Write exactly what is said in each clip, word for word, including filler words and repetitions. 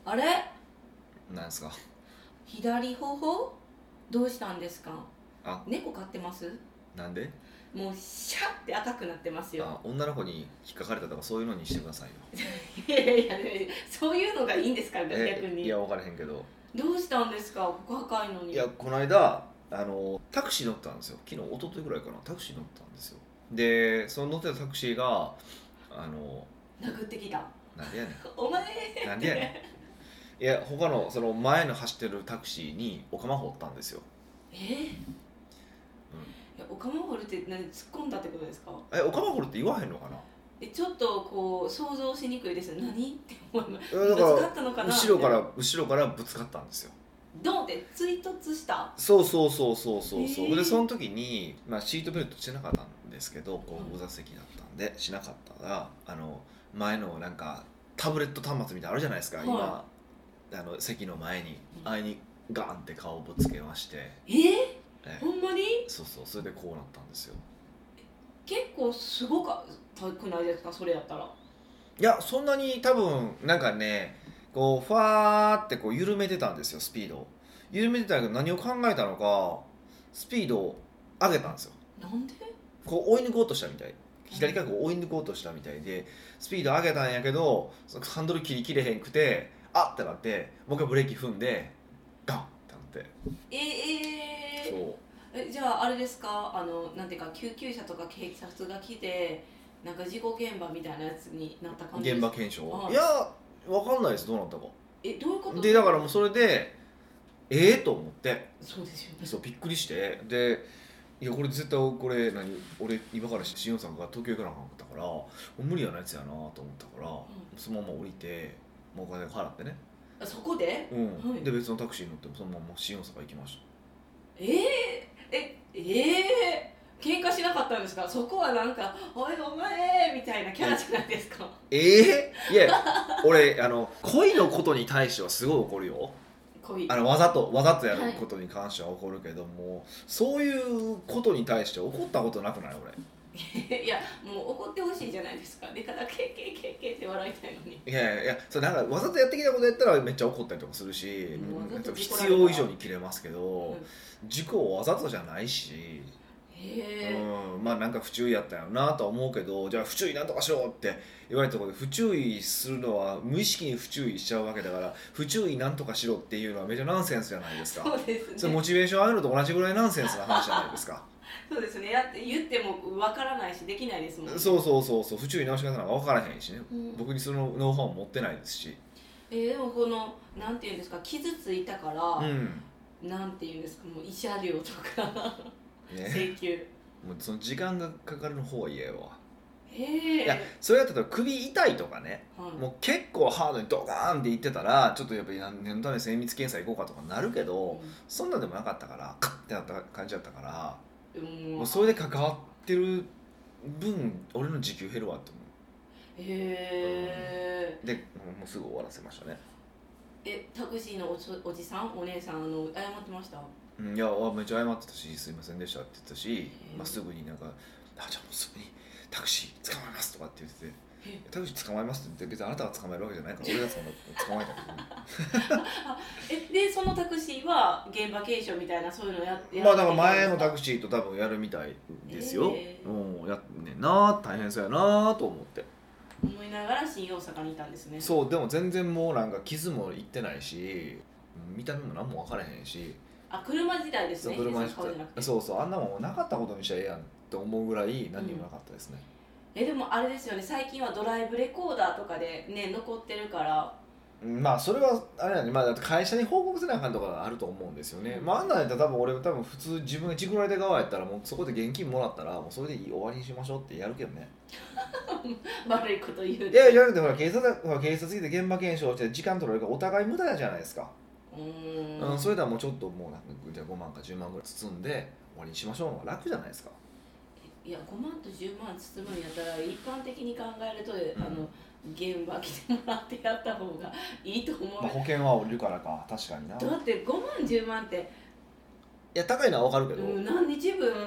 あれなんですか？ 左頬どうしたんですか？ あ、 猫飼ってます？ なんで？ もうシャッて赤くなってますよ。 あ、女の子に引っかかれたとかそういうのにしてくださいよ。 いやいやいや、そういうのがいいんですか？逆に。 いや分からへんけど。 どうしたんですか？ここ赤いのに。 いやこの間あのタクシー乗ったんですよ。昨日一昨日ぐらいかな、タクシー乗ったんですよ。でその乗ってたタクシーがあの殴ってきた。 なんでやねんお前なんでやねんいや他のその前の走ってるタクシーにお釜掘ったんですよ。 えーいや、お釜掘るって何、突っ込んだってことですか？ え、お釜掘るって言わへんのかな。 え、ちょっとこう想像しにくいです。何って思います。 だからぶつかったのかな。 後ろから後ろからぶつかったんですよ。 ドンって追突した。 そうそうそうそうそうそう、 へーでその時に、まあ、シートベルトしてなかったんですけど、こう座席だったんでしなかったら、あの前のなんかタブレット端末みたいなのあるじゃないですか、 はい、 今あの席の前にあいにガンって顔をぶつけまして、 えー、 えほんまに？ そうそう、それでこうなったんですよ。 結構すごかくないですか、それやったら。 いやそんなに多分なんかね、こうファーってこう緩めてたんですよ、スピードを緩めてたけど、何を考えたのかスピードを上げたんですよ。 なんで？ こう追い抜こうとしたみたい、左からこう追い抜こうとしたみたいでスピード上げたんやけど、そのハンドル切り切れへんくて、あってなってもう一回ブレーキ踏んでガンってなって。 ええー、 そうえ、じゃああれですか、あのなんていうか救急車とか警察が来てなんか事故現場みたいなやつになった感じですか？ 現場検証、 はいいや分かんないです、どうなったか。 え、どういうことでだからもうそれでええー、と思って、 そうですよね。 そうびっくりして、でいやこれ絶対これ何俺今から新大阪が東京行かなあかんかったからもう無理やなやつやなと思ったから、うん、そのまま降りてもうお金払ってね、 あそこで、 うん、 はい、 で別のタクシーに乗ってそのまま新大阪行きました。 えー、ええー、喧嘩しなかったんですか？そこはなんかおいお前みたいなキャラじゃないですか。 ええー、いや俺あの恋のことに対してはすごい怒るよ。 恋あのわざとわざとやることに関しては怒るけども、はい、そういうことに対して怒ったことなくない？ 俺いやもう怒ってほしいじゃないですか。でからケーケーケーケーって笑いたいのに。 いやいやそれなんかわざとやってきたことやったらめっちゃ怒ったりとかするし、うん、必要以上に切れますけど、うん、事故わざとじゃないし、 へうん、まあなんか不注意やったよなとは思うけど、じゃあ不注意なんとかしろって言われたところで不注意するのは無意識に不注意しちゃうわけだから、不注意なんとかしろっていうのはめちゃナンセンスじゃないですか。 そうですね、 それモチベーション上げると同じぐらいナンセンスな話じゃないですか。 そうですね、やって言っても分からないしできないですもんね。 そうそうそうそう、不注意直し方なんか分からへんしね、うん、僕にそのノウハウも持ってないですし、 えー、でもこのなんていうんですか、傷ついたから、うん、なんていうんですか、もう慰謝料とかね、請求もうその時間がかかるの方が嫌やわ。 へえ。 いやそれやったら首痛いとかね、はい、もう結構ハードにドカーンって言ってたらちょっとやっぱり念のため精密検査行こうかとかなるけど、うん、そんなんでもなかったからカッてなった感じだったから、うん、もうそれで関わってる分俺の時給減るわって思う。へえ、うん、でもうすぐ終わらせましたね。 え、タクシーの お, おじさんお姉さんあの謝ってました？ うん、いやめっちゃ謝ってたし、すいませんでしたって言ったし、まあ、すぐになんかあじゃあもうすぐにタクシー捕まえますとかって言ってて、タクシー捕まえますって言って別にあなたが捕まえるわけじゃないから俺が捕まえたけどえでそのタクシーは現場検証みたいなそういうのやってまあだから前のタクシーと多分やるみたいですよ、えー、うん、やってねんな、大変そうやなと思って思いながら新大阪にいたんですね。 そう、でも全然もうなんか傷もいってないし見た目も何も分からへんし、 あ、車自体ですね。 そう、車自体、そうそう、あんなもんなかったことにしたらええやんって思うぐらい何にもなかったですね、 うん、えでもあれですよね、最近はドライブレコーダーとかでね残ってるから、 まあそれはあれなんで、まあ、だって会社に報告せなあかんとかがあると思うんですよね、うん、まああんなんやったら多分俺多分普通自分が自己ライター側やったらもうそこで現金もらったらもうそれでいい終わりにしましょうってやるけどね悪いこと言う。 いやいや、でほら警察ほら警察来て現場検証して時間取られるからお互い無駄じゃないですか。うーん、うん、それではもうちょっともうなんかじゃあごまんかじゅうまんぐらい包んで終わりにしましょうの方が楽じゃないですか。 いやごまんとじゅうまん包むんやったら一般的に考えると、うん、あの現場来てもらってやった方がいいと思う、 まあ、保険は降りるからか、確かにな。 だってごまんじゅうまんっていや高いのは分かるけど、 うん、何日分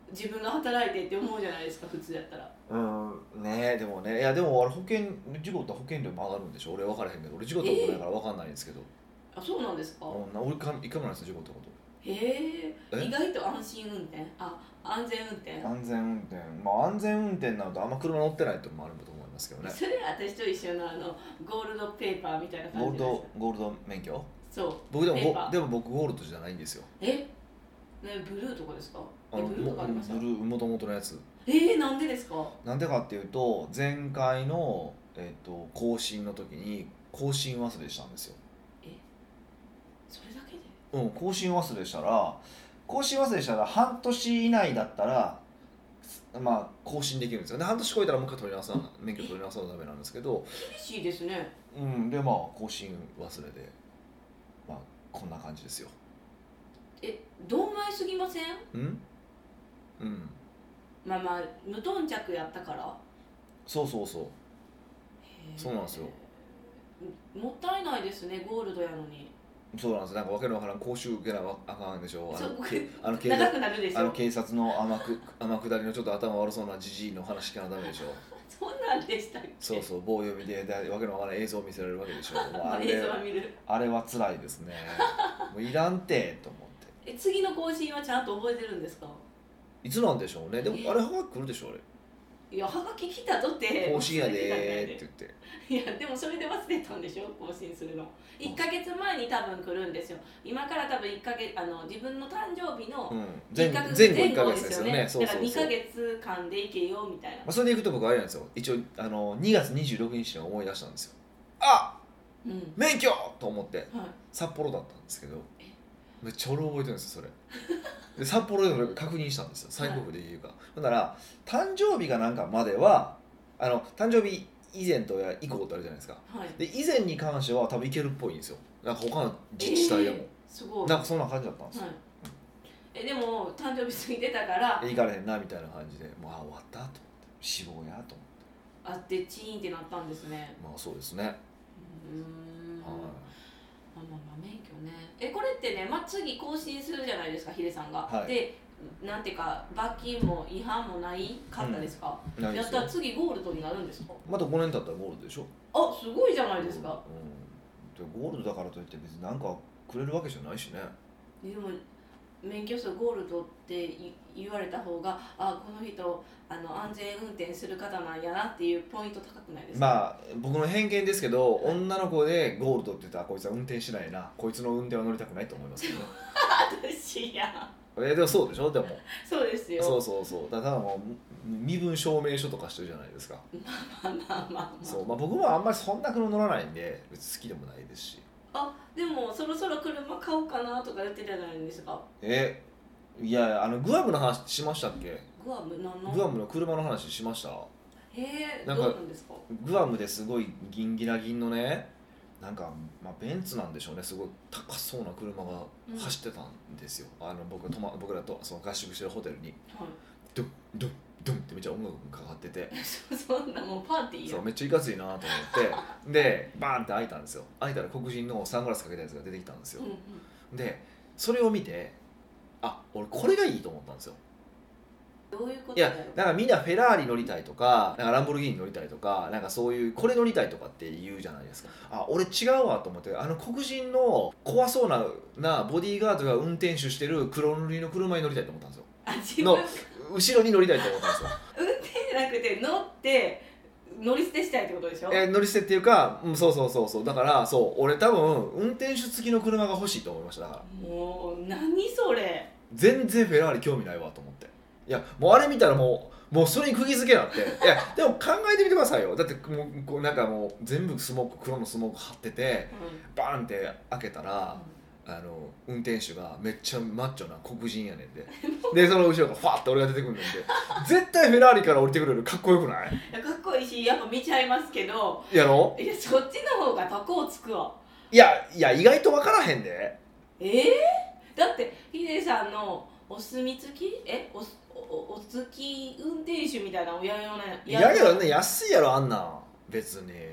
自分が働いてって思うじゃないですか普通やったら。 うんね。でもね、いやでもあれ保険事故って保険料も上がるんでしょ。俺分からへんけど、俺事故ったことないから分かんないんですけど、 えー、あそうなんですか。 うん、俺かいかもないです事故ったこと。 へえ意外と安心運転あ安全運転安全運転まあ安全運転なのとあんま車乗ってないとこもあると思いますけどね。 それは私と一緒のあのゴールドペーパーみたいな感じゴールドゴールド免許。 そう僕でもでも僕ゴールドじゃないんですよ。 えねブルーとかですか。えブルーとかありました。 ブルー元々のやつ。 えー、なんでですか。 なんでかっていうと前回の、えー、と更新の時に更新忘れしたんですよ。 えそれだけで。 うん更新忘れしたら更新忘れしたら半年以内だったらまあ更新できるんですよね。半年超えたらもう一回取り直さな免許取り直さなダメなんですけど。 厳しいですね。 うんでまあ更新忘れでまあこんな感じですよ。 えどう前すぎません。 うんうんまあまあ無頓着やったから。 そうそうそうそうなんですよ。 もったいないですねゴールドやのに。 そうなんです。なんかわけのわからん講習受けなあかんでしょ。あのあの警長察くなるでしょ。 あの警察の天く天下りのちょっと頭悪そうなじじいの話聞かなダメでしょ。 そんなんでしたっけ。 そうそう棒読みでだわけのわからん映像を見せられるわけでしょ。もうあれ映像は見る。 あれは辛いですね。もういらんてと思って。 え次の更新はちゃんと覚えてるんですか。 いつなんでしょうね。でもあれはがき来るでしょあれ。 いやはがき来たとって更新やでーって言って。 いやでもそれで忘れたんでしょ更新するの。いっかげつまえに多分来るんですよ。今から多分いっかげつあの自分の誕生日の前後いっかげつですよね。 だからにかげつかんでいけよみたいな。 まあ、それでいくと僕あれなんですよ。一応あのにがつにじゅうろくにちに思い出したんですよ。あ、うん、免許と思って、はい、札幌だったんですけどめっちゃ俺覚えてるんですよそれ。で札幌でも確認したんですよ最高峰でいうか。だから誕生日がなんかまではあの誕生日以前とや以降ってあるじゃないですか、はい、で以前に関しては多分いけるっぽいんですよ。なんか他の自治体でも、えー、すごいなんかそんな感じだったんですよ、はい、 えでも誕生日過ぎてたから行かれへんなみたいな感じでもうあ終わったと思って死亡やと思ってあってチーンってなったんですね。 まあそうですね。 うーん、はい、まあまあまあ免許ね。えこれってね、まあ、次更新するじゃないですかヒデさんが、はい、でなんていうか罰金も違反もないかったですか、うん、やったら次ゴールドになるんですか。 またごねん経ったらゴールドでしょ。 あすごいじゃないですか、 うん、でゴールドだからといって別に何かくれるわけじゃないしね。 でも免許証ゴールドって言われた方があこの人あの安全運転する方なんやなっていうポイント高くないですか。 まあ僕の偏見ですけど、はい、女の子でゴールドって言ったらこいつは運転しないなこいつの運転は乗りたくないと思いますけどね。 私やえでもそうでしょ。でもそうですよ。 そうそうそうだからもう身分証明書とかしてるじゃないですか。 まあまあまあまあ、 そうまあ僕もあんまりそんな車乗らないんで別に好きでもないですし。 あでもそろそろ車買おうかなとか言ってたじゃないですか。 えいやあのグアムの話しましたっけ。 グアム何のグアムの車の話しました。 へえどうなんですか。 グアムですごいギンギラギンのねなんか、まあ、ベンツなんでしょうねすごい高そうな車が走ってたんですよ、うん、あの 僕, と、ま、僕らとその合宿してるホテルに、はい、ドゥンドゥンドゥンってめっちゃ音楽かかっててそんなもうパーティーやそうめっちゃいかついなと思ってでバーンって開いたんですよ。開いたら黒人のサングラスかけたやつが出てきたんですよ、うんうん、でそれを見てあ俺これがいいと思ったんですよ。 どういうこといやだからみんなフェラーリ乗りたいとかなんかランボルギーニ乗りたいとかなんかそういうこれ乗りたいとかって言うじゃないですか。あ俺違うわと思ってあの黒人の怖そうななボディーガードが運転手してる黒塗りの車に乗りたいと思ったんですよ。 あ自分の後ろに乗りたいと思ったんですよ。 運転じゃなくて乗って乗り捨てしたいってことでしょ。 え乗り捨てっていうか、うん、そうそうそうそうだからそう俺多分運転手付きの車が欲しいと思いました。だからもう何それ全然フェラーリ興味ないわと思って。いやもうあれ見たらもうもうそれに釘付けなっていやでも考えてみてくださいよ。だってもうこうなんかもう全部スモーク黒のスモーク貼ってて、うん、バーンって開けたら、うん、あの運転手がめっちゃマッチョな黒人やねんででその後ろからファーって俺が出てくるんで絶対フェラーリから降りてくれるかっこよくない。 いやかっこいいしやっぱ見ちゃいますけどやろいやそっちの方がタコをつくわ。 いやいや意外と分からへんで。 えー、だってヒデさんのお墨付きえおお, お月運転手みたいなのをやるような。 いやけどね安いやろあんなん別に。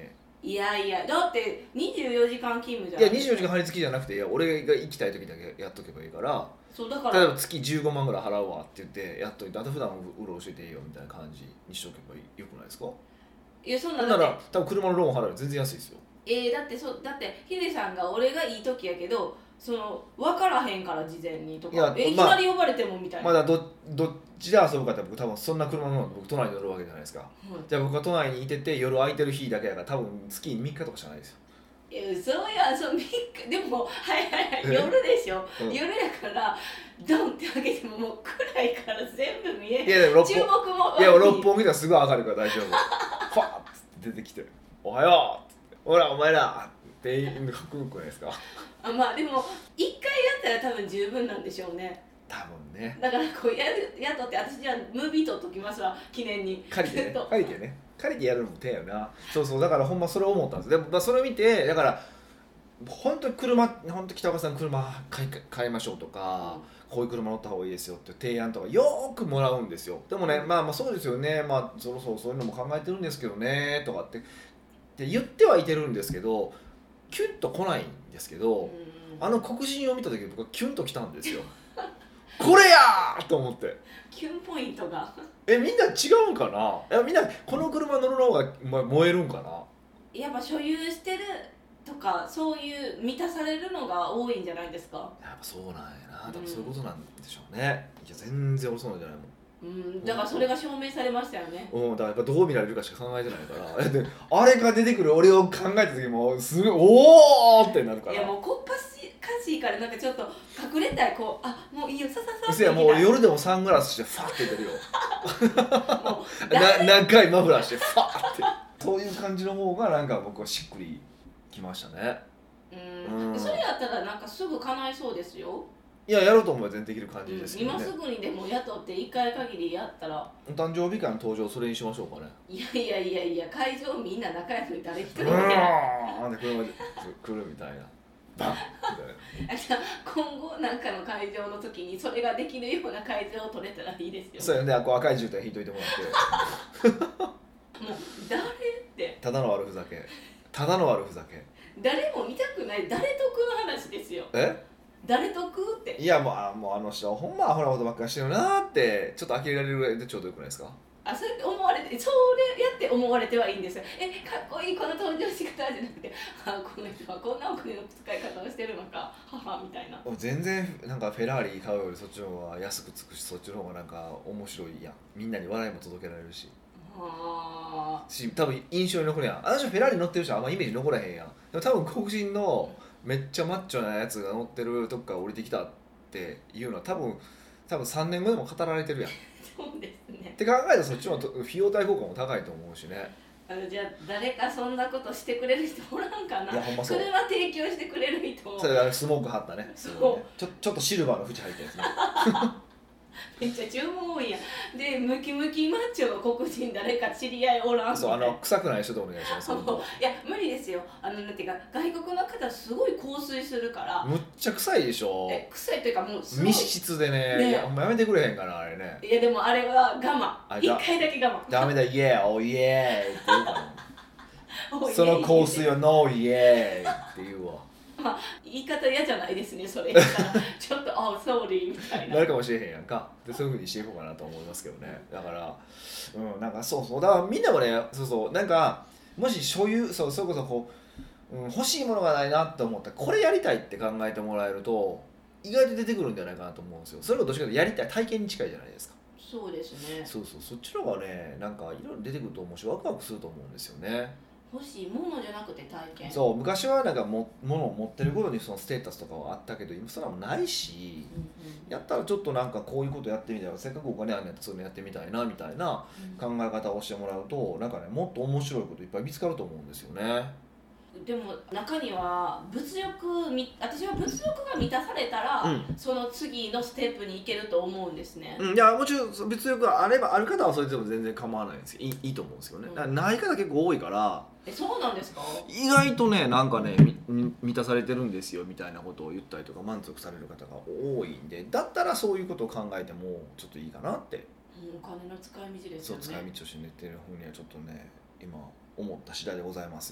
いやいやだってにじゅうよじかん勤務じゃないいやにじゅうよじかん張り付きじゃなくて、いや俺が行きたい時だけやっとけばいいから、 そうだから例えば月じゅうごまんぐらい払うわって言ってやっといて、あと普段うろ教えていいよみたいな感じにしとけばいいよくないですか。 いやそんなだから多分車のローン払うより全然安いですよ。 えー、だってそだってヒデさんが俺がいい時やけどその分からへんから事前にとか、いやえいきなり呼ばれてもみたいな、 まだ ど, どっちで遊ぶかって僕多分そんな車の僕都内に乗るわけじゃないですか、うん、じゃあ僕は都内にいてて夜空いてる日だけやから多分月にみっかとかしかないですよ。 いやそうやそうみっかでもはいはいはい夜でしょ、うん、夜やからドンって開けてももう暗いから全部見える。いや注目もいや六本木ではすごい明るいから大丈夫ファーッって出てきておはようってほらお前らって言うのかっこよくないですか。 あまあでも一回やったら多分十分なんでしょうね。 多分ね。 だからこうやる雇って私じゃあムービー撮っときますわ記念に。 借りてね借りてね借りてやるのも手やよな。そうそうだからほんまそれ思ったんです。でも、まあ、それを見てだから本当に車本当北岡さん車買い買いましょうとか、うん、こういう車乗った方がいいですよって提案とかよーくもらうんですよ。でもね、まあまあそうですよね、まあそろそろそういうのも考えてるんですけどねとかってって言ってはいてるんですけどキュンと来ないんですけど、うん、あの黒人を見た時僕はキュンと来たんですよこれやーと思ってキュンポイントがえみんな違うんかな。いやみんなこの車乗るのが燃えるんかな。 やっぱ所有してるとかそういう満たされるのが多いんじゃないですか。 やっぱそうなんやな。多分そういうことなんでしょうね、うん、いや全然俺そうなんじゃないもん。 うん、だからそれが証明されましたよね。 うん、だからやっぱどう見られるかしか考えてないからであれが出てくる俺を考えた時もすごいおーってなるから。 いやもうこっぱしかしいからなんかちょっと隠れたいこうあもういいよさささっていやもう夜でもサングラスしてファッて出るよもうな長いマフラーしてファッてそういう感じの方がなんか僕はしっくりきましたね。 うん、うん、それやったらなんかすぐ叶いそうですよ。 いややろうと思えば全然できる感じですけどね、 うん、今すぐにでも雇っていっかい限りやったらお誕生日会の登場それにしましょうかね。 いやいやいやいや会場みんな仲良く誰一人でなんで車で来るみたいなバンみたいな今後なんかの会場の時にそれができるような会場を取れたらいいですよ、ね、 そうやね。こう赤い絨毯引いといてもらってもう誰ってただの悪ふざけただの悪ふざけ誰も見たくない誰得の話ですよ。 え誰得って。 いやもう あ, もうあの人ほんまアホなことばっかりしてるなってちょっと呆れられるぐらいでちょうどよくないですか。 あそれって思われてそれやって思われてはいいんですよ。えかっこいいこの登場仕方じゃなくてあこの人はこんなお金の使い方をしてるのか母みたいな。 全然なんかフェラーリ買うよりそっちの方が安くつくしそっちの方がなんか面白いやん。みんなに笑いも届けられるしあし多分印象に残るやん。あの人フェラーリ乗ってる人あんまイメージ残らへんやん。でも多分黒人のめっちゃマッチョなやつが乗ってるとこから降りてきたっていうのは多分多分さんねんごでも語られてるやんそうですねって考えたらそっちの費用対効果も高いと思うしね。 あのじゃあ誰かそんなことしてくれる人おらんかな。 いやほんまそう。 車提供してくれる人もそれスモーク貼ったね。そうねちょちょっとシルバーの縁入ったやつねめっちゃ注文多いやん。でムキムキマッチョの黒人誰か知り合いおらん。 そうあの臭くない人でお願いします。 いや無理ですよ。あのなんていうか外国の方すごい香水するからむっちゃ臭いでしょ。 え臭いというかもうすごい密室で ね, ねいやほんまやめてくれへんかなあれね。 いやでもあれは我慢一回だけ我慢。 ダメだイエーおイエーって言うからその香水はノーイエーって言うわ。 まあ、言い方嫌じゃないですねそれからちょっとああソーリーみたいななるかもしれへんやんか。でそういう風にしていこうかなと思いますけどね。だからうんなんかそうそうだからみんなもねそうそうなんかもし所有そうそれこそこう、うん、欲しいものがないなって思ったらこれやりたいって考えてもらえると意外と出てくるんじゃないかなと思うんですよ。それがどっちかというとやりたい体験に近いじゃないですか。 そうですね。 そうそうそっちの方がねなんかいろいろ出てくると面白いワクワクすると思うんですよね。 欲しいものじゃなくて体験。 そう昔はなんかも物を持ってることにそのステータスとかはあったけど今それはもうないし、うんうん、やったらちょっとなんかこういうことやってみたらせっかくお金あるんやったらそういうのやってみたいなみたいな考え方をしてもらうとなんかねもっと面白いこといっぱい見つかると思うんですよね。 でも中には物欲私は物欲が満たされたら、うん、その次のステップに行けると思うんですね、 うん、いやもちろん物欲があればある方はそれでも全然構わないんですよ。い い, いいと思うんですよね、うん、ない方結構多いからえそうなんですか。 意外とねなんかね満たされてるんですよみたいなことを言ったりとか満足される方が多いんでだったらそういうことを考えてもちょっといいかなって、 うん、お金の使い道ですよね。 そう使い道をしねってるふうにはちょっとね今思った次第でございますよ。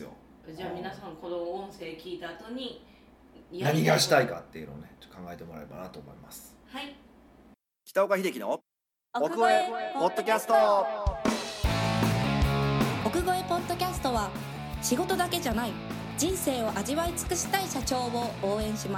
じゃあ皆さんこの音声聞いた後に何がしたいかっていうのをねちょっと考えてもらえればなと思います。 はい。 北岡秀樹の奥越えポッドキャスト。 奥越えポッドキャストは仕事だけじゃない人生を味わい尽くしたい社長を応援します。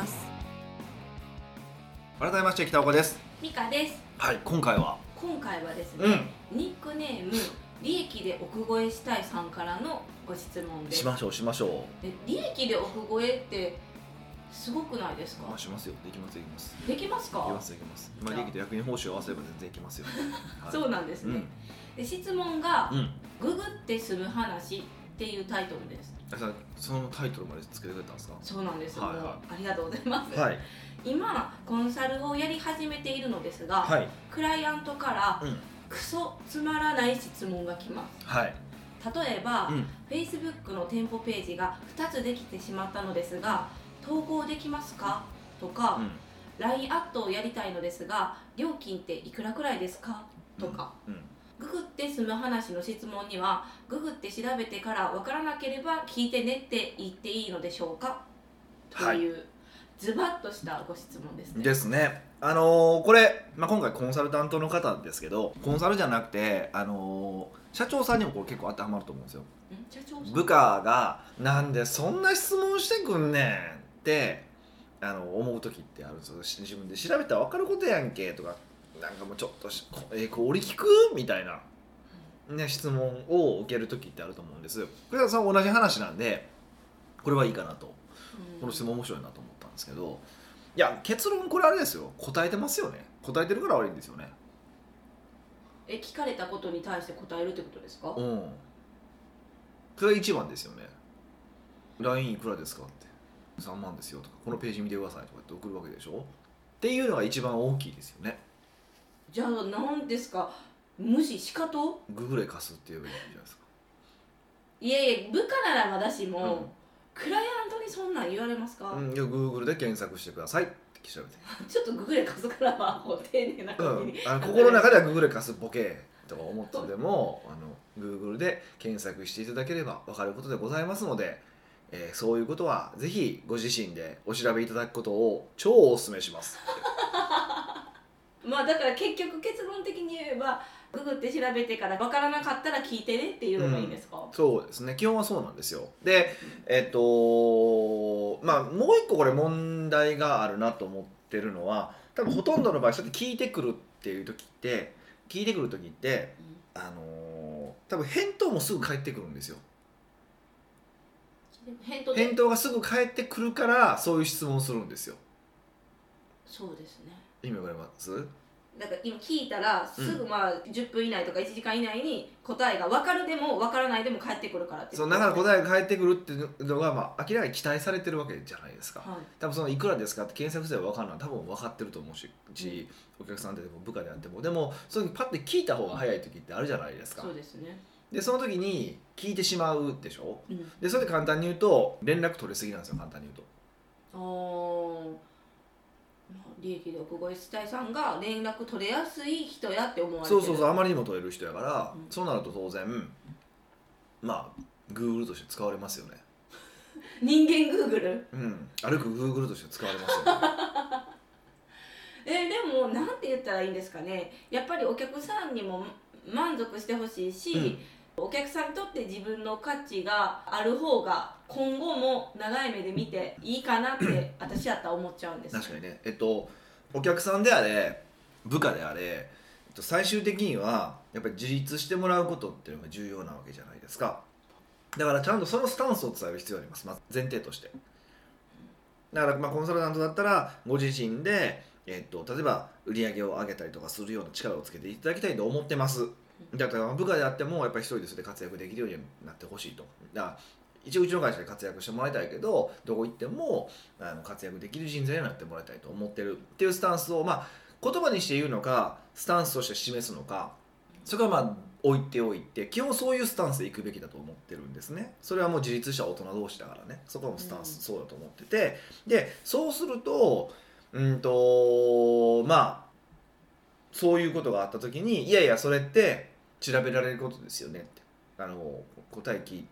改めまして北岡です。 美香です。 はい、今回は今回はですね、うん、ニックネーム利益で奥越えしたいさんからのご質問です。 しましょうしましょう。 え利益で奥越えってすごくないですか？ まあ、しますよ。できますできます。 できますか？ できますできます。まあ、利益と役員報酬を合わせれば全然いきますよ、ねはい、そうなんですね、うん、で質問が、うん、ググって済む話っていうタイトルです。 そのタイトルまでつけてくれたんですか？ そうなんです、はいはい、もうありがとうございます、 はい、 今コンサルをやり始めているのですが、はい、クライアントから、うん、クソつまらない質問が来ます、はい、例えば、うん、Facebook の店舗ページがふたつできてしまったのですが投稿できますかとか、うん、ライン アットをやりたいのですが料金っていくらくらいですかとか、うんうん、ググって済む話の質問にはググって調べてから分からなければ聞いてねって言っていいのでしょうかという、はい、ズバッとしたご質問ですね。 ですね。あのー、これ、まあ、今回コンサルタントの方ですけどコンサルじゃなくて、あのー、社長さんにもこれ結構当てはまると思うんですよ。 社長さん？ 部下がなんでそんな質問してくんねんってあの思う時ってあるんですよ。自分で調べたら分かることやんけとかなんかもうちょっとえー、これ聞くみたいな、ね、質問を受ける時ってあると思うんです。これはその同じ話なんでこれはいいかなと、この質問面白いなと思ったんですけど、いや結論これあれですよ。答えてますよね。答えてるから悪いんですよね。 え聞かれたことに対して答えるってことですか？ うん。それが一番ですよね。 ライン いくらですかってさんまんですよとかこのページ見てくださいとかって送るわけでしょっていうのが一番大きいですよね。 じゃあ何ですか？無視しかとググレ貸すって言えばいいんじゃないですか。 いやいや部下ならまだしも、うん、クライアントにそんなん言われますか？ うん、いや Google で検索してくださいって調べてちょっとググレ貸すからはもう丁寧な感じに、 うん、あの心の中ではググレ貸すボケとか思っててもあの Google で検索していただければ分かることでございますので、えー、そういうことはぜひご自身でお調べいただくことを超お勧めしますまあだから結局結論的に言えばググって調べてから分からなかったら聞いてねっていうのがいいんですか？ うん、そうですね。基本はそうなんですよ。でえっとまあもう一個これ問題があるなと思ってるのは多分ほとんどの場合そうやって聞いてくるっていう時って聞いてくる時って、うん、あの多分返答もすぐ返ってくるんですよ。 返答返答がすぐ返ってくるからそういう質問をするんですよ。 そうですね。 意味わかります？ だから今聞いたらすぐまあじゅっぷん以内とかいちじかん以内に答えが分かるでも分からないでも返ってくるからって、ね、 そうだから答えが返ってくるっていうのが、まあ、明らかに期待されてるわけじゃないですか、はい、多分そのいくらですかって検索すれば分かるのは多分分かってると思うし、うん、お客さんでも部下であってもでもその時パッて聞いた方が早い時ってあるじゃないですか。 そうですね。 でその時に聞いてしまうでしょ、うん、でそれで簡単に言うと連絡取れすぎなんですよ。簡単に言うとあ利益で奥越したいさんが連絡取れやすい人やって思われてる。そうそうそうあまりにも取れる人やから、うん、そうなると当然まあ Google として使われますよね人間 Google？ うん歩く Google として使われますよねえでもなんて言ったらいいんですかね。やっぱりお客さんにも満足してほしいし、うん、お客さんにとって自分の価値がある方が今後も長い目で見ていいかなって私やったら思っちゃうんです。 確かにね。えっとお客さんであれ部下であれ、えっと、最終的にはやっぱり自立してもらうことっていうのが重要なわけじゃないですか。だからちゃんとそのスタンスを伝える必要があります、まあ、前提として。だからまあコンサルタントだったらご自身で、えっと、例えば売り上げを上げたりとかするような力をつけていただきたいと思ってます。だから部下であってもやっぱり一人でそれで活躍できるようになってほしいと。だから一応うちの会社で活躍してもらいたいけどどこ行ってもあの活躍できる人材になってもらいたいと思ってるっていうスタンスを、まあ、言葉にして言うのかスタンスとして示すのかそれはまあ置いておいて基本そういうスタンスでいくべきだと思ってるんですね。それはもう自立した大人同士だからね。そこのスタンスそうだと思ってて、でそうするとうんとまあそういうことがあった時にいやいやそれって調べられることですよねってあの答え聞い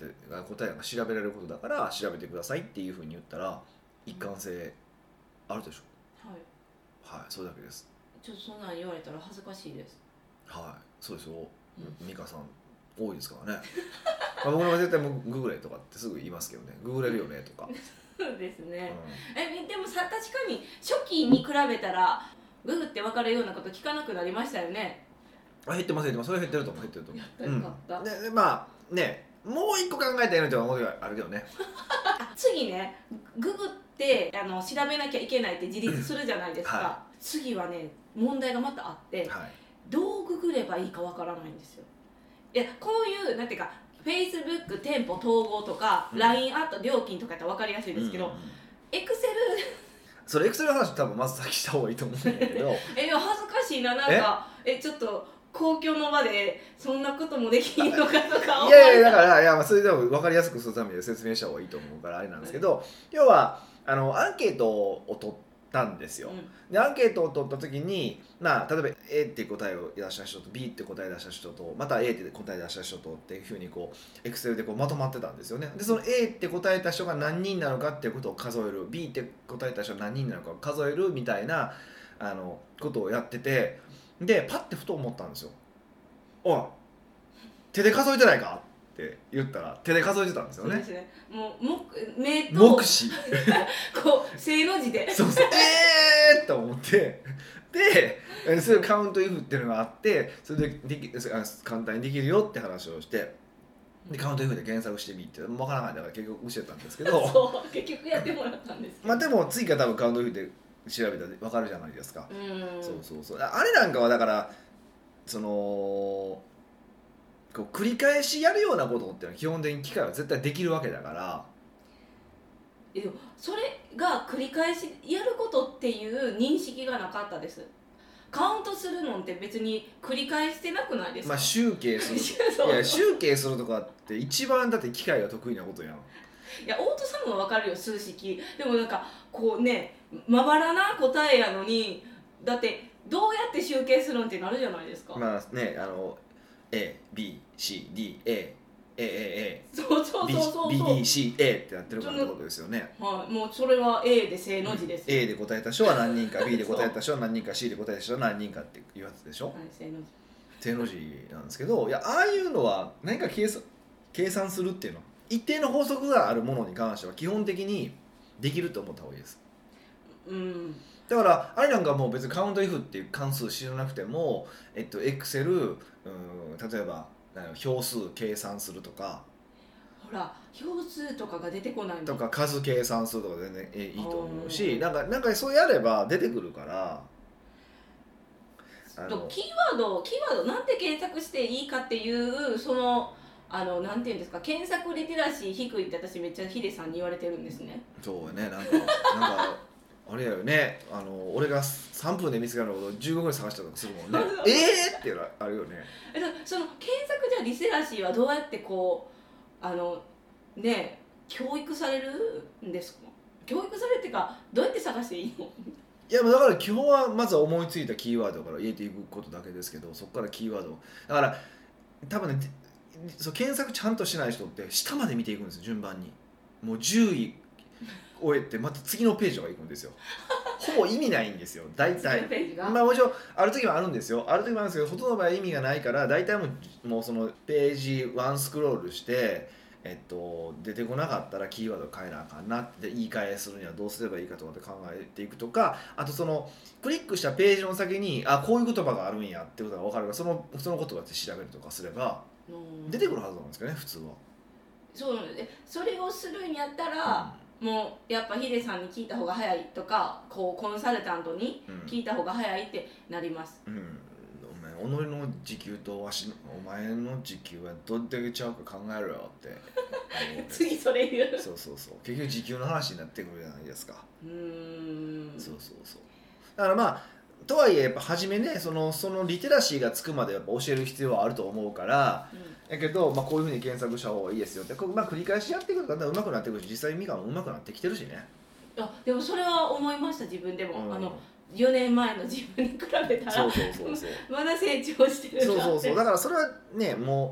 って答えが調べられることだから調べてくださいっていうふうに言ったら一貫性あるでしょ。はい、はい、それだけです。 ちょっとそんなん言われたら恥ずかしいです。 はい、そうですよ。美香さん多いですからね。まあ僕の場合絶対ググれとかってすぐ言いますけどね。ググれるよねとか。 そうですね。 うん、 えでもさ確かに初期に比べたらググって分かるようなこと聞かなくなりましたよね。 あ減ってます減ってます。それ減ってると思う減ってると思う。 やったよかった。うん、 で, でまあねもう一個考えたらいいのって思うがあるけどね。 次ねググってあの調べなきゃいけないって自立するじゃないですか。はい、次はね問題がまたあって、はい、どうググればいいかわからないんですよ。いやこういうなんていうか Facebook 店舗統合とか、うん、ライン アット料金とかって分かりやすいですけど、うんうん、エクセルそれエクセルの話多分まず先した方がいいと思うんだけどえでも恥ずかしいななんかえちょっと公共の場でそんなこともできんのかとかいやいやだからいや、まあ、それでも分かりやすくするために説明した方がいいと思うからあれなんですけど、はい、要はあのアンケートを取ったんですよ、うん、でアンケートを取った時に、まあ、例えば A っていう答えを出した人と B って答えを出した人とまた A って答えを出した人とっていうふうにこう Excel でこうまとまってたんですよね。でその A って答えた人が何人なのかっていうことを数える B って答えた人が何人なのかを数えるみたいなあのことをやっててでパッてふと思ったんですよ。おい手で数えてないかって言ったら手で数えてたんですよね。 そうですね。もうも目と目視こう正の字でそうそうえーと思ってでそれカウント F っていうのがあってそれででき簡単にできるよって話をしてでカウント F で検索してみって分からないだから結局教えたんですけどそう結局やってもらったんですけど、 まあ、でも次から多分カウント F で調べたら分かるじゃないですか。うんそうそうそうあれなんかはだからそのこう繰り返しやるようなことっていうのは基本的に機械は絶対できるわけだからえそれが繰り返しやることっていう認識がなかったです。カウントするのって別に繰り返してなくないですか。 まあ集計するいや集計するとかって一番だって機械が得意なことやん。 いや大戸さんも分かるよ数式でもなんかこうねまばらな答えやのにだってどうやって集計するんってなるじゃないですか。 まあねあの A B C D A A A A そうそうそうそう B B D C A ってやってるからってことですよね。 はい、もうそれは A で正の字です、 うん、A で答えた人は何人かB で答えた人は何人か C で答えた人は何人かっていうやつでしょ。はい、 正の字正の字なんですけどいやああいうのは何か計算計算するっていうの一定の法則があるものに関しては基本的にできると思った方がいいです。うんだからあれなんかもう別にカウント F っていう関数知らなくてもえっと Excel うん例えば票数計算するとかほら票数とかが出てこないのとか数計算するとか全然いいと思うしなんかなんかそうやれば出てくるからあのキーワードキーワードなんて検索していいかっていうそのあのなんていうんですか検索リテラシー低いって私めっちゃヒデさんに言われてるんですね。 そうねなんかなんかあれやよねあの俺がさんぷんで見つかることをじゅうごふんで探したりとかするもんねえーってあるよね。 その検索じゃリテラシーはどうやってこうあのね教育されるんですか。教育されるっていうかどうやって探していいの。 いやだから基本はまずは思いついたキーワードから入れていくことだけですけどそこからキーワードだから多分ねそう検索ちゃんとしない人って下まで見ていくんですよ順番にもうじゅうい終えてまた次のページが行くんですよ。ほぼ意味ないんですよ大体。まあもちろんある時はあるんですよある時もあるんですけどほとんどの場合意味がないから大体もう、もうそのページワンスクロールしてえっと出てこなかったらキーワード変えなあかんなって言い換えするにはどうすればいいかとかって考えていくとかあとそのクリックしたページの先にあこういう言葉があるんやってことが分かるからそのその言葉で調べるとかすれば出てくるはずなんですけどね普通は。 そうなんでそれをするんやったら、うん、もうやっぱヒデさんに聞いた方が早いとかこうコンサルタントに聞いた方が早いってなります。うん、うんお前己の時給とわしお前の時給はどれだけちゃうか考えろよって次それ言うそうそうそう結局時給の話になってくるじゃないですか。うーんそうそうそうだからまあとはいえやっぱ初めねそのそのリテラシーがつくまでやっぱ教える必要はあると思うから、うん、やけど、まあ、こういうふうに検索した方がいいですよってこう、まあ、繰り返しやっていくとだんだん上手くなってくるし実際ミカも上手くなってきてるしね。 あでもそれは思いました自分でも、うん、あのよねんまえの自分に比べたらそうそうそうそうまだ成長してるんだって。 そうそうそうだからそれはねも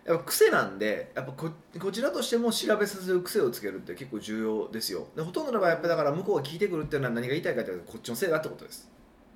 やっぱ癖なんでやっぱ こ, こちらとしても調べさせる癖をつけるって結構重要ですよ。でほとんどの場合やっぱだから向こうが聞いてくるっていうのは何が言いたいかというとこっちのせいだってことです。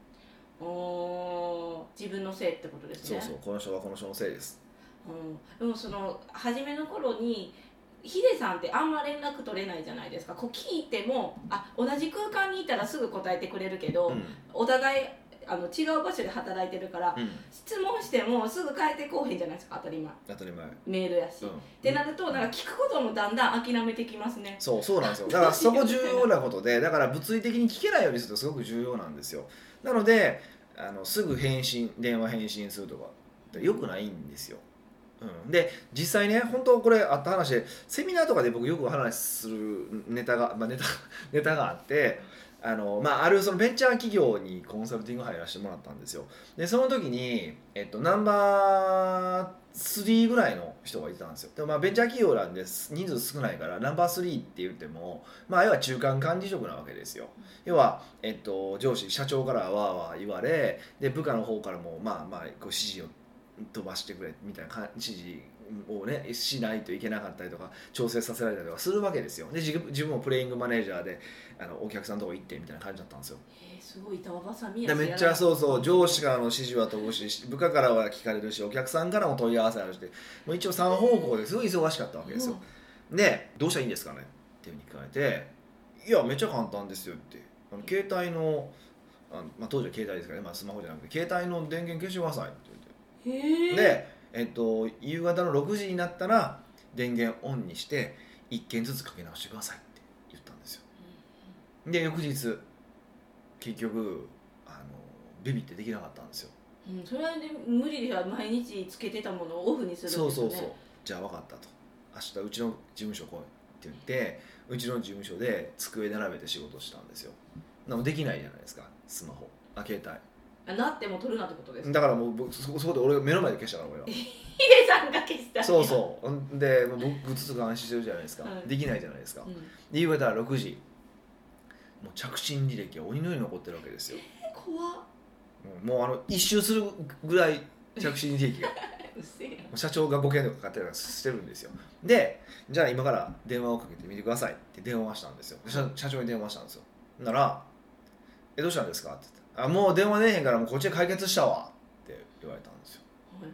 お自分のせいってことですね。 そうそうこの人はこの人のせいです、 うん、でもその初めの頃にヒデさんってあんま連絡取れないじゃないですか。こう聞いてもあ同じ空間にいたらすぐ答えてくれるけど、うん、お互いあの違う場所で働いてるから、うん、質問してもすぐ帰ってこうへんじゃないですか。当たり前当たり前メールやし、うん、ってなるとなんか聞くこともだんだん諦めてきますね。 そうそうなんですよ。だからそこ重要なことでだから物理的に聞けないようにするとすごく重要なんですよ。なのであのすぐ返信電話返信するとかってよくないんですよ。うん、で実際ね本当これあった話でセミナーとかで僕よくお話しするネタが、まあ、ネタネタがあってあの、まあ、あるそのベンチャー企業にコンサルティング入らせてもらったんですよ。でその時に、えっと、ナンバースリーぐらいの人がいたんですよ。で、まあ、ベンチャー企業なんで人数少ないからナンバースリーって言っても、まあ、要は中間管理職なわけですよ。要は、えっと、上司社長からはわーわー言われで部下の方からもまあまあこう指示を飛ばしてくれみたいな指示をねしないといけなかったりとか調整させられたりとかするわけですよ。で自分自分もプレイングマネージャーであのお客さんのとこ行ってみたいな感じだったんですよ。 えー、すごい板挟みやしめっちゃそうそう上司からの指示は飛ぶし部下からは聞かれるしお客さんからも問い合わせあるしもう一応さん方向ですごい忙しかったわけですよ。でどうしたらいいんですかねっていうふうに聞かれていやめっちゃ簡単ですよってあの携帯のあの、まあ、当時は携帯ですからね、まあ、スマホじゃなくて携帯の電源消してくださいって言って。 へで、えっと、夕方のろくじになったら電源オンにしていっけんずつかけ直してくださいって言ったんですよ。で翌日結局あのビビってできなかったんですよ。 うん、それは、ね、無理では毎日つけてたものをオフにするんですよね。 そうそうそうじゃあ分かったと明日うちの事務所来いって言ってうちの事務所で机並べて仕事したんですよ。でもできないじゃないですかスマホあ携帯なっても取るなってことですか。 だからもうそ, そこで俺目の前で消したから俺はヒデさんが消したそうそうで僕ぐつつく安心してるじゃないですか、はい、できないじゃないですか、うん、で夕方ろくじもう着信履歴が鬼のように残ってるわけですよ。 えー、怖っ。 もうあの一周するぐらい着信履歴がうっせえ社長がご件とかかかってたりしてるんですよ。でじゃあ今から電話をかけてみてくださいって電話したんですよ。社, 社長に電話したんですよ。ならえどうしたんですかって言ってあもう電話出へんからもうこっちで解決したわって言われたんですよ、はい、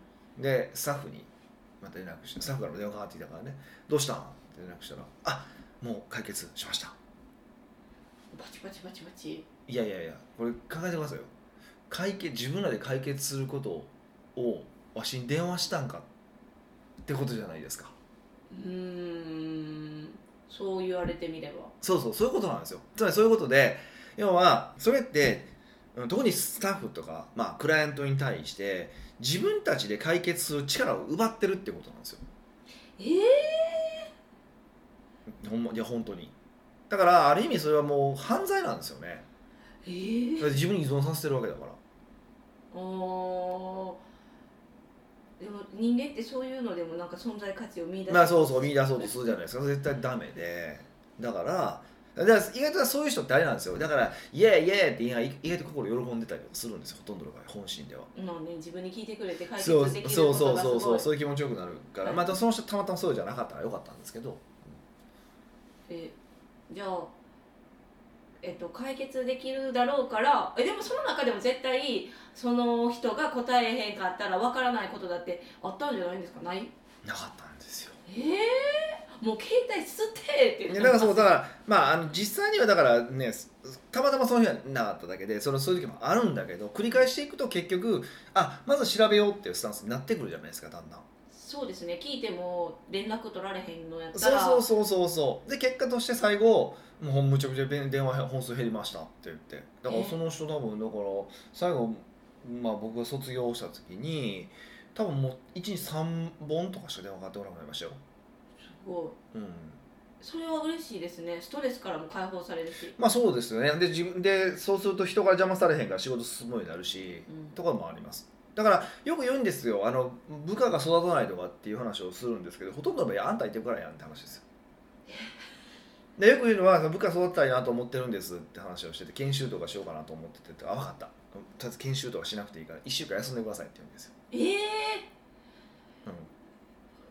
でスタッフにまた連絡してスタッフからも電話かかってきたからねどうしたんって連絡したらあもう解決しましたバチバチバチバチいやいやいやこれ考えてくださいよ解決自分らで解決することをわしに電話したんかってことじゃないですか。 うーんそう言われてみればそうそうそういうことなんですよ。つまりそういうことで要はそれって特にスタッフとか、まあ、クライアントに対して自分たちで解決する力を奪ってるってことなんですよ。 えー、ほんまいや本当にだからある意味それはもう犯罪なんですよね。 えー、 だって自分に依存させてるわけだから。 あでも人間ってそういうのでもなんか存在価値を見出す、 まあそうそう見出そうとするじゃないですか絶対ダメでだからだから意外とそういう人ってあれなんですよ。だからイエーイイエーイって言いながら意外と心喜んでたりするんですよほとんどの場合本心では。 まあね自分に聞いてくれて解決できることがすごいそうそうそうそうそういう気持ちよくなるから、はい、またその人たまたまそうじゃなかったらよかったんですけど。 えじゃあえっと、解決できるだろうからえでもその中でも絶対その人が答えへんかったらわからないことだってあったんじゃないんですか。ないなかったんですよ。 えー、もう携帯捨てって言ってだからそうだからまああの実際にはだからねたまたまその日はなかっただけでそのそういう時もあるんだけど繰り返していくと結局あまず調べようっていうスタンスになってくるじゃないですかだんだん。 そうですね聞いても連絡取られへんのやったらそうそうそうそうそうで結果として最後もうむちゃくちゃ電話本数減りましたって言ってだからその人多分だから最後、まあ、僕が卒業した時に多分もういちにちさんぼんとかしか電話かかってこなくなりましたよ。 すごい、うん、それは嬉しいですね。ストレスからも解放されるしまあそうですよね。で自分でそうすると人が邪魔されへんから仕事進むようになるし、うん、とかもあります。だからよく言うんですよあの部下が育たないとかっていう話をするんですけどほとんどの場合あんたいてるからやんって話ですよ。でよく言うのは部下育てたいなと思ってるんですって話をしてて研修とかしようかなと思っててあ分かったとりあえず研修とかしなくていいからいっしゅうかん休んでくださいって言うんですよ。 ええ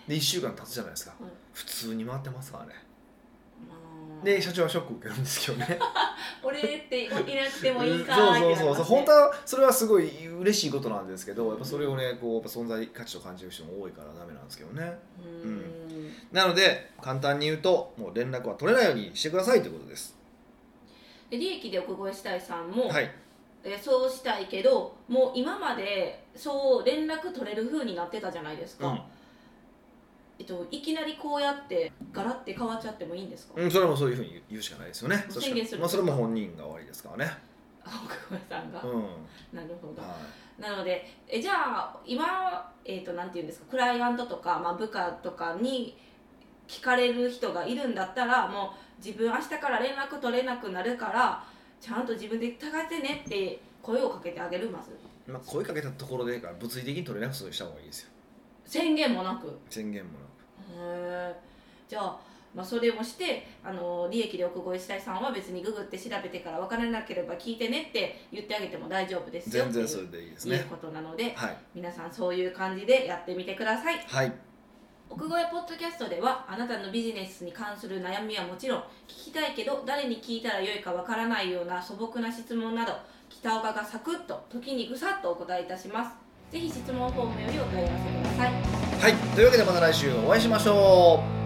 でいっしゅうかん経つじゃないですか、 うん、 普通に回ってますからね。 うん、 で社長はショック受けるんですけどね俺っていなくてもいいかそうーってそうそうそう、本当はそれはすごい嬉しいことなんですけど、やっぱそれをねこうやっぱ存在価値と感じる人も多いからダメなんですけどね。 うん、 うん、なので簡単に言うともう連絡は取れないようにしてくださいということです。 で利益で奥越したいさんも、 はい、 えそうしたいけどもう今までそう連絡取れる風になってたじゃないですか、うん、えっと、いきなりこうやってガラッて変わっちゃってもいいんですか？ うん、それもそういうふうに言うしかないですよね。 宣言する、 まあ、それも本人が悪いですからね、 奥越さんが、 うん、 なるほど、 はい、 なのでえじゃあ今、えー、となんていうんですか、クライアントとか、まあ、部下とかに聞かれる人がいるんだったら、もう自分明日から連絡取れなくなるからちゃんと自分で探してねって声をかけてあげる。まず、 まあ、声かけたところで物理的に取れなくした方がいいですよ。 宣言もなく。 宣言もなく。 へじゃあ、まあ、それもしてあの利益で奥越したいさんは別にググって調べてから分からなければ聞いてねって言ってあげても大丈夫ですよ。 全然それでいいですね。 いうことなので、 はい、 皆さんそういう感じでやってみてください。 はい。 奥越ポッドキャストではあなたのビジネスに関する悩みはもちろん、聞きたいけど誰に聞いたらよいかわからないような素朴な質問など、北岡がサクッと時にぐさっとお答えいたします。ぜひ質問フォームよりお問い合わせください。 はい、というわけでまた来週お会いしましょう。